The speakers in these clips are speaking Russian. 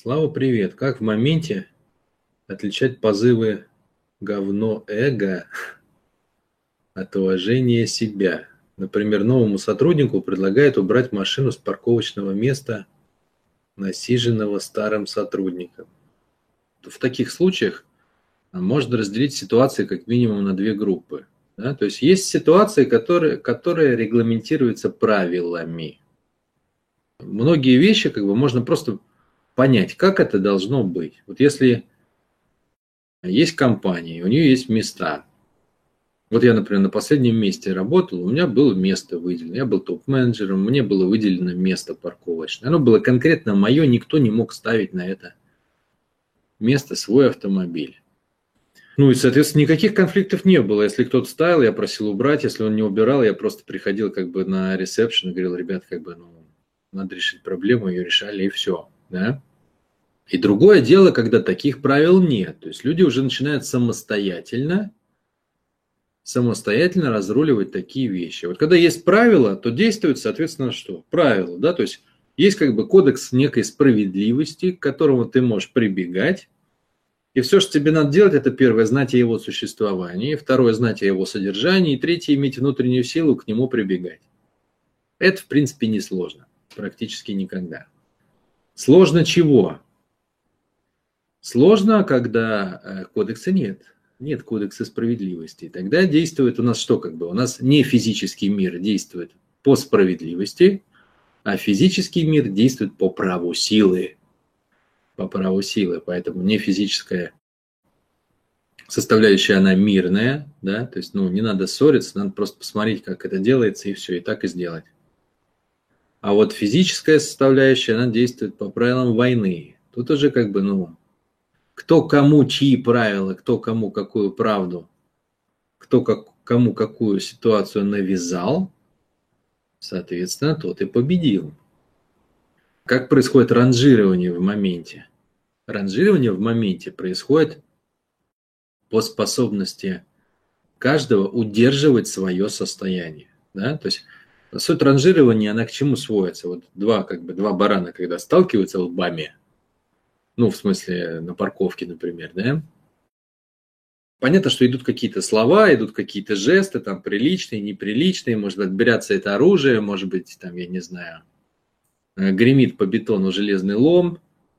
Слава, привет. Как в моменте отличать позывы говно эго от уважения себя? Например, новому сотруднику предлагают убрать машину с парковочного места, насиженного старым сотрудником. В таких случаях можно разделить ситуации как минимум на две группы. Да? То есть есть ситуации, которые регламентируются правилами. Многие вещи можно просто понять, как это должно быть. Вот если есть компания, у нее есть места. Вот я, например, на последнем месте работал, у меня было место выделено, я был топ-менеджером, мне было выделено место парковочное. Оно было конкретно мое, никто не мог ставить на это место свой автомобиль. Ну и, соответственно, никаких конфликтов не было. Если кто-то ставил, я просил убрать, если он не убирал, я просто приходил на ресепшн и говорил: ребят, надо решить проблему, ее решали и все. Да? И другое дело, когда таких правил нет. То есть люди уже начинают самостоятельно разруливать такие вещи. Вот когда есть правила, то действует, соответственно, что? Правила, да, то есть есть кодекс некой справедливости, к которому ты можешь прибегать, и все, что тебе надо делать, это первое, знать о его существовании, второе, знать о его содержании, и третье, иметь внутреннюю силу к нему прибегать. Это, в принципе, не сложно, практически никогда. Сложно чего? Сложно, когда кодекса нет. Нет кодекса справедливости. Тогда действует у нас что? У нас не физический мир действует по справедливости, а физический мир действует по праву силы. По праву силы. Поэтому не физическая составляющая, она мирная. Да? То есть не надо ссориться, надо просто посмотреть, как это делается, и все, и так и сделать. А вот физическая составляющая, она действует по правилам войны. Тут уже кто кому чьи правила, кто кому какую правду, кому какую ситуацию навязал, соответственно, тот и победил. Как происходит ранжирование в моменте? Ранжирование в моменте происходит по способности каждого удерживать свое состояние. Да? То есть суть ранжирования, она к чему сводится? Вот два барана, когда сталкиваются лбами, в смысле на парковке, например, да? Понятно, что идут какие-то слова, идут какие-то жесты, там приличные, неприличные, может быть, берется это оружие, может быть, там, я не знаю, гремит по бетону железный лом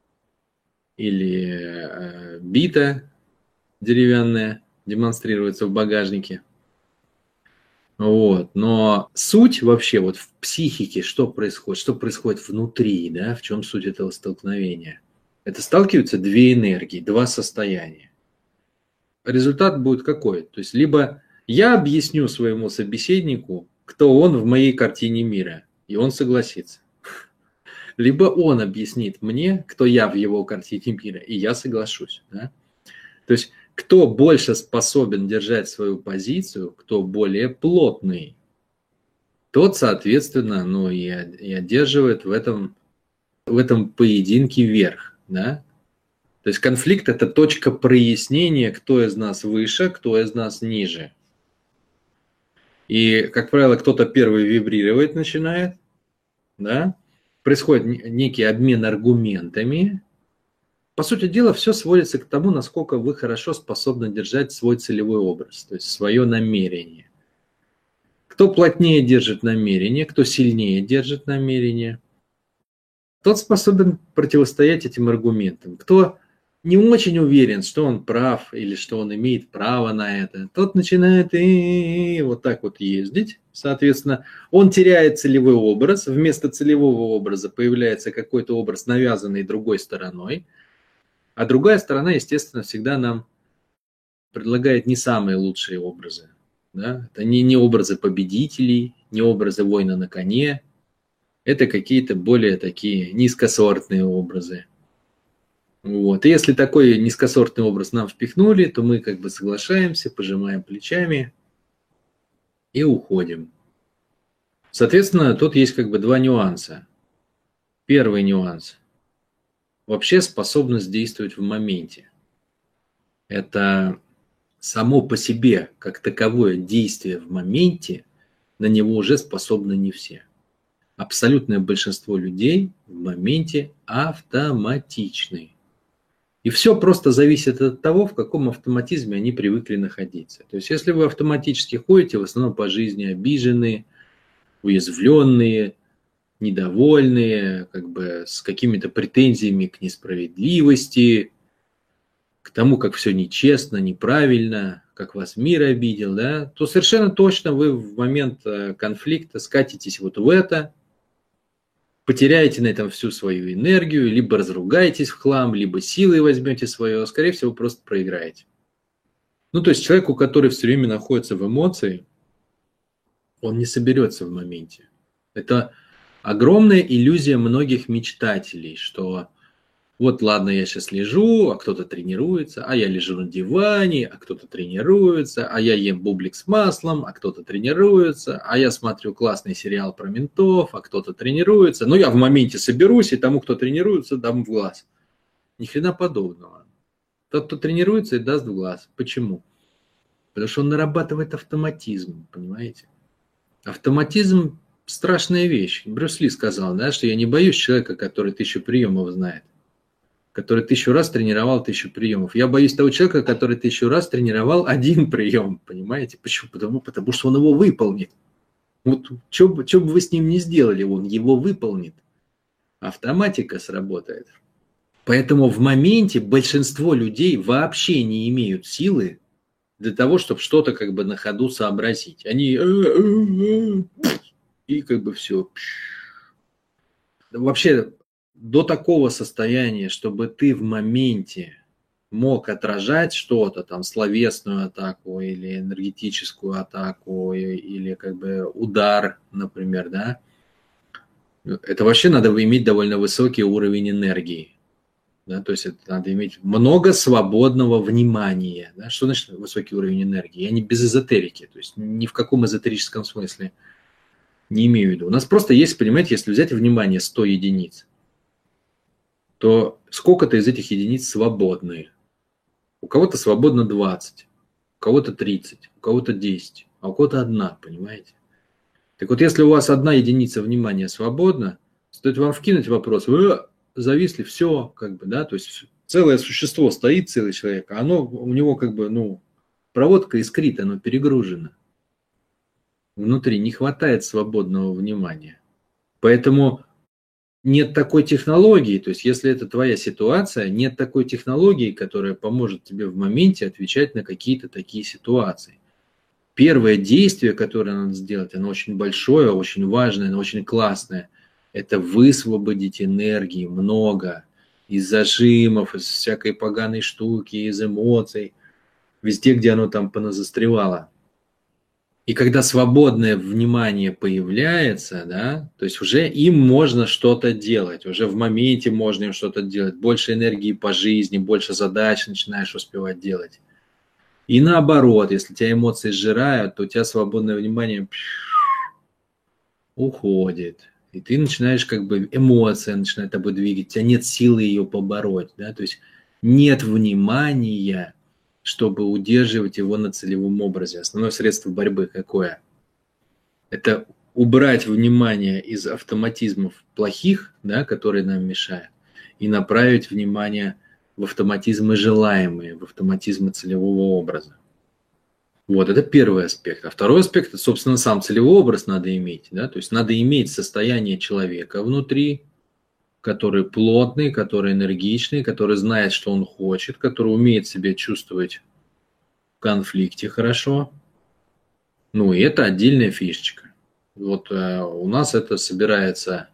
или бита деревянная демонстрируется в багажнике. Вот. Но суть вообще вот в психике, что происходит внутри, да, в чем суть этого столкновения? Это сталкиваются две энергии, два состояния. Результат будет какой? То есть либо я объясню своему собеседнику, кто он в моей картине мира, и он согласится. Либо он объяснит мне, кто я в его картине мира, и я соглашусь. Да? То есть кто больше способен держать свою позицию, кто более плотный, тот, соответственно, и одерживает в этом поединке верх. Да? То есть конфликт – это точка прояснения, кто из нас выше, кто из нас ниже. И, как правило, кто-то первый вибрировать начинает, да? Происходит некий обмен аргументами. По сути дела, все сводится к тому, насколько вы хорошо способны держать свой целевой образ, то есть свое намерение. Кто плотнее держит намерение, кто сильнее держит намерение, тот способен противостоять этим аргументам. Кто не очень уверен, что он прав или что он имеет право на это, тот начинает вот так вот ездить. Соответственно, он теряет целевой образ. Вместо целевого образа появляется какой-то образ, навязанный другой стороной. А другая сторона, естественно, всегда нам предлагает не самые лучшие образы. Да? Это не образы победителей, не образы воина на коне. Это какие-то более такие низкосортные образы. Вот. И если такой низкосортный образ нам впихнули, то мы соглашаемся, пожимаем плечами и уходим. Соответственно, тут есть два нюанса. Первый нюанс. Вообще способность действовать в моменте. Это само по себе, как таковое действие в моменте, на него уже способны не все. абсолютное большинство людей в моменте автоматичны. И все просто зависит от того, в каком автоматизме они привыкли находиться. То есть, если вы автоматически ходите, в основном по жизни обиженные, уязвленные, недовольные, как бы с какими-то претензиями к несправедливости, к тому, как все нечестно, неправильно, как вас мир обидел, да, то совершенно точно вы в момент конфликта скатитесь вот в это, потеряете на этом всю свою энергию, либо разругаетесь в хлам, либо силой возьмете свое, а скорее всего просто проиграете. Ну, то есть человеку, который все время находится в эмоции, он не соберется в моменте. Это огромная иллюзия многих мечтателей, что вот ладно, я сейчас лежу, а кто-то тренируется, а я лежу на диване, а кто-то тренируется, а я ем бублик с маслом, а кто-то тренируется, а я смотрю классный сериал про ментов, а кто-то тренируется. Но я в моменте соберусь и тому, кто тренируется, дам в глаз. Ни хрена подобного. Тот, кто тренируется, и даст в глаз. Почему? Потому что он нарабатывает автоматизм, понимаете? Автоматизм – страшная вещь. Брюс Ли сказал, да, что я не боюсь человека, который 1000 приемов знает, который 1000 раз тренировал 1000 приемов. Я боюсь того человека, который 1000 раз тренировал один прием, понимаете? Почему? Потому что он его выполнит. Вот что бы вы с ним ни сделали, он его выполнит. Автоматика сработает. Поэтому в моменте большинство людей вообще не имеют силы для того, чтобы что-то как бы на ходу сообразить. Они и как бы все. Вообще до такого состояния, чтобы ты в моменте мог отражать что-то, там, словесную атаку или энергетическую атаку, или как бы удар, например, да, это вообще надо иметь довольно высокий уровень энергии. Да, то есть это надо иметь много свободного внимания. Да? Что значит высокий уровень энергии? Я не без эзотерики, то есть ни в каком эзотерическом смысле не имею в виду. У нас просто есть, понимаете, если взять внимание 100 единиц, то сколько-то из этих единиц свободные. У кого-то свободно 20, у кого-то 30, у кого-то 10, а у кого-то одна, понимаете? Так вот, если у вас одна единица внимания свободна, стоит вам вкинуть вопрос, вы зависли, все, как бы, да, то есть целое существо стоит, целый человек, а оно, у него как бы, ну, проводка искрит, оно перегружено. Внутри не хватает свободного внимания. Поэтому нет такой технологии, то есть если это твоя ситуация, нет такой технологии, которая поможет тебе в моменте отвечать на какие-то такие ситуации. Первое действие, которое надо сделать, оно очень большое, очень важное, оно очень классное. Это высвободить энергии много из зажимов, из всякой поганой штуки, из эмоций, везде, где оно там поназастревало. И когда свободное внимание появляется, да, то есть уже им можно что-то делать, уже в моменте можно им что-то делать, больше энергии по жизни, больше задач начинаешь успевать делать. И наоборот, если тебя эмоции сжирают, то у тебя свободное внимание уходит. И ты начинаешь как бы, эмоция начинает тобой двигать, у тебя нет силы ее побороть, да, то есть нет внимания, чтобы удерживать его на целевом образе. Основное средство борьбы какое? Это убрать внимание из автоматизмов плохих, да, которые нам мешают, и направить внимание в автоматизмы желаемые, в автоматизмы целевого образа. Вот, это первый аспект. А второй аспект, это, собственно, сам целевой образ надо иметь. Да? То есть надо иметь состояние человека внутри, который плотный, который энергичный, который знает, что он хочет, который умеет себя чувствовать в конфликте хорошо. Ну, и это отдельная фишечка. Вот у нас это собирается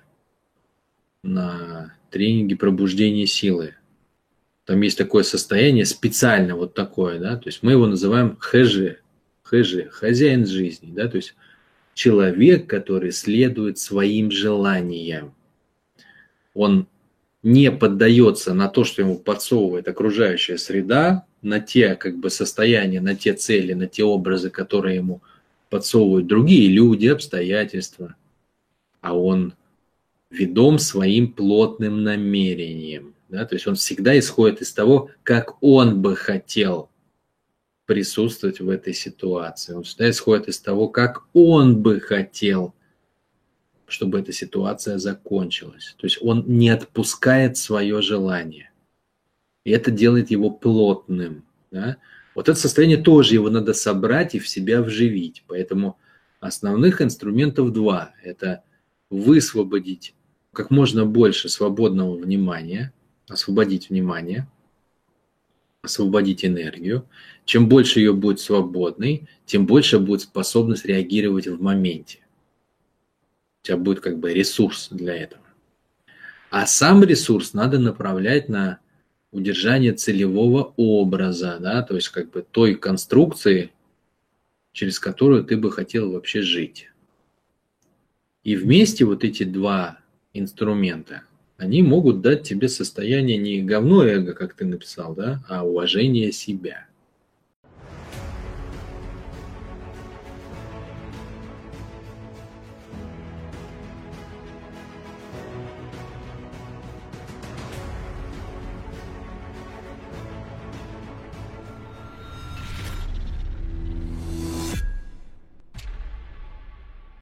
на тренинге пробуждения силы. Там есть такое состояние, специально вот такое, да, то есть мы его называем хэжи, хозяин жизни, да, то есть человек, который следует своим желаниям. Он не поддается на то, что ему подсовывает окружающая среда, на те как бы состояния, на те цели, на те образы, которые ему подсовывают другие люди, обстоятельства, а он ведом своим плотным намерением. Да? То есть он всегда исходит из того, как он бы хотел присутствовать в этой ситуации. Он всегда исходит из того, как он бы хотел чтобы эта ситуация закончилась. То есть он не отпускает свое желание. И это делает его плотным. Да? Вот это состояние тоже его надо собрать и в себя вживить. Поэтому основных инструментов два. Это высвободить как можно больше свободного внимания, освободить внимание, освободить энергию. Чем больше ее будет свободной, тем больше будет способность реагировать в моменте. У тебя будет как бы ресурс для этого. А сам ресурс надо направлять на удержание целевого образа, да, то есть как бы той конструкции, через которую ты бы хотел вообще жить. И вместе вот эти два инструмента, они могут дать тебе состояние не говно эго, как ты написал, да, а уважение себя.